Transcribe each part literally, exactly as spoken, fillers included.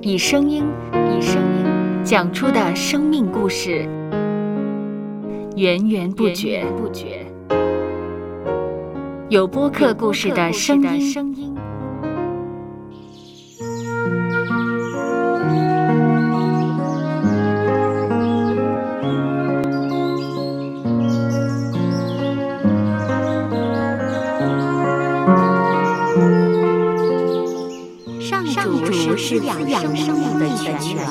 以声音，以声音讲出的生命故事，源源不绝。有播客故事的声音。 上主是滋养生命的泉源，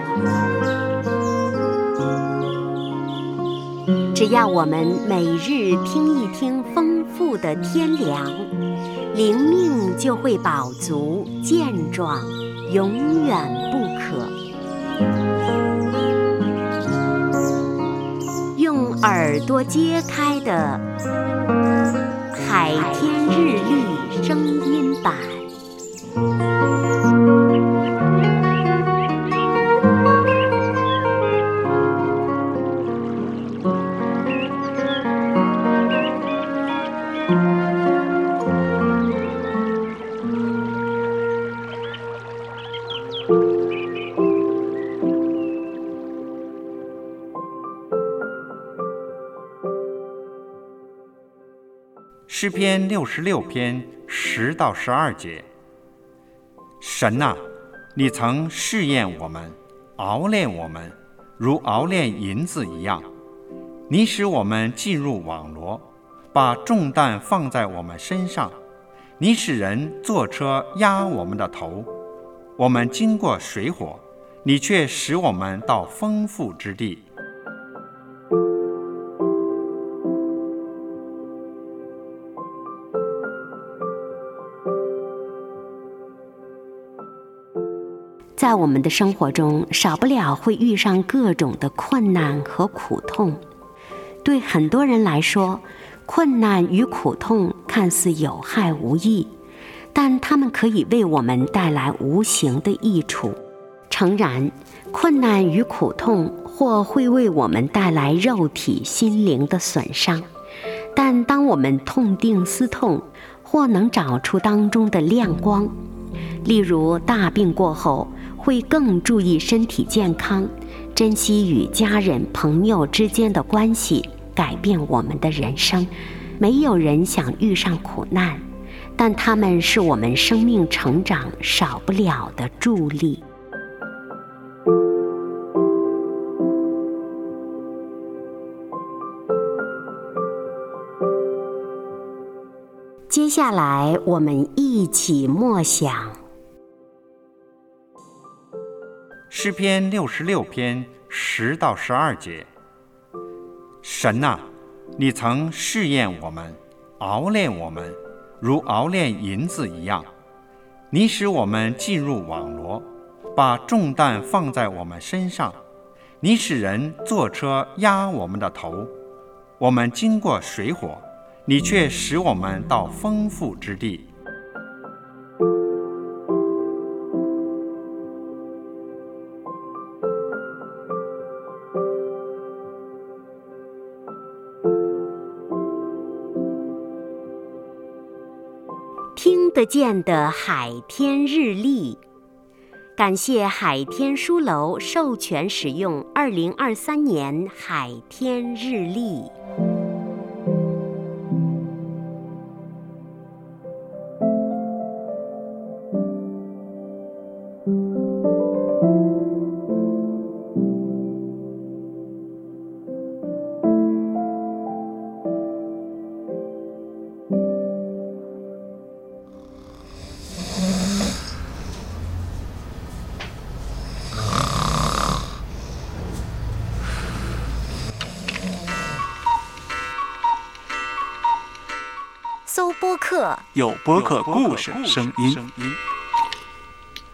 只要我们每日听一听丰富的天粮，灵命就会饱足健壮，永远不渴。用耳朵揭开的海天日历声音版。 诗篇六十六篇十到十二节。神哪，你曾试验我们，熬炼我们，如熬炼银子一样。你使我们进入网罗，把重担放在我们身上。你使人坐车压我们的头。我们经过水火，你却使我们到丰富之地。 在我们的生活中，少不了会遇上各种的困难和苦痛。对很多人来说，困难与苦痛看似有害无益，但它们可以为我们带来无形的益处。诚然，困难与苦痛或会为我们带来肉体心灵的损伤，但当我们痛定思痛，或能找出当中的亮光，例如大病过后会更注意身体健康，珍惜与家人朋友之间的关系，改变我们的人生。没有人想遇上苦难，但它们是我们生命成长少不了的助力。接下来我们一起默想诗篇六十六篇十到十二节。神哪，你曾试验我们，熬炼我们，如熬炼银子一样。你使我们进入网罗，把重担放在我们身上。你使人坐车压我们的头。我们经过水火，你却使我们到丰富之地。 听得见的海天日历，感谢海天书楼授权使用二零二三年海天日历。 搜播客， 有播客故事声音。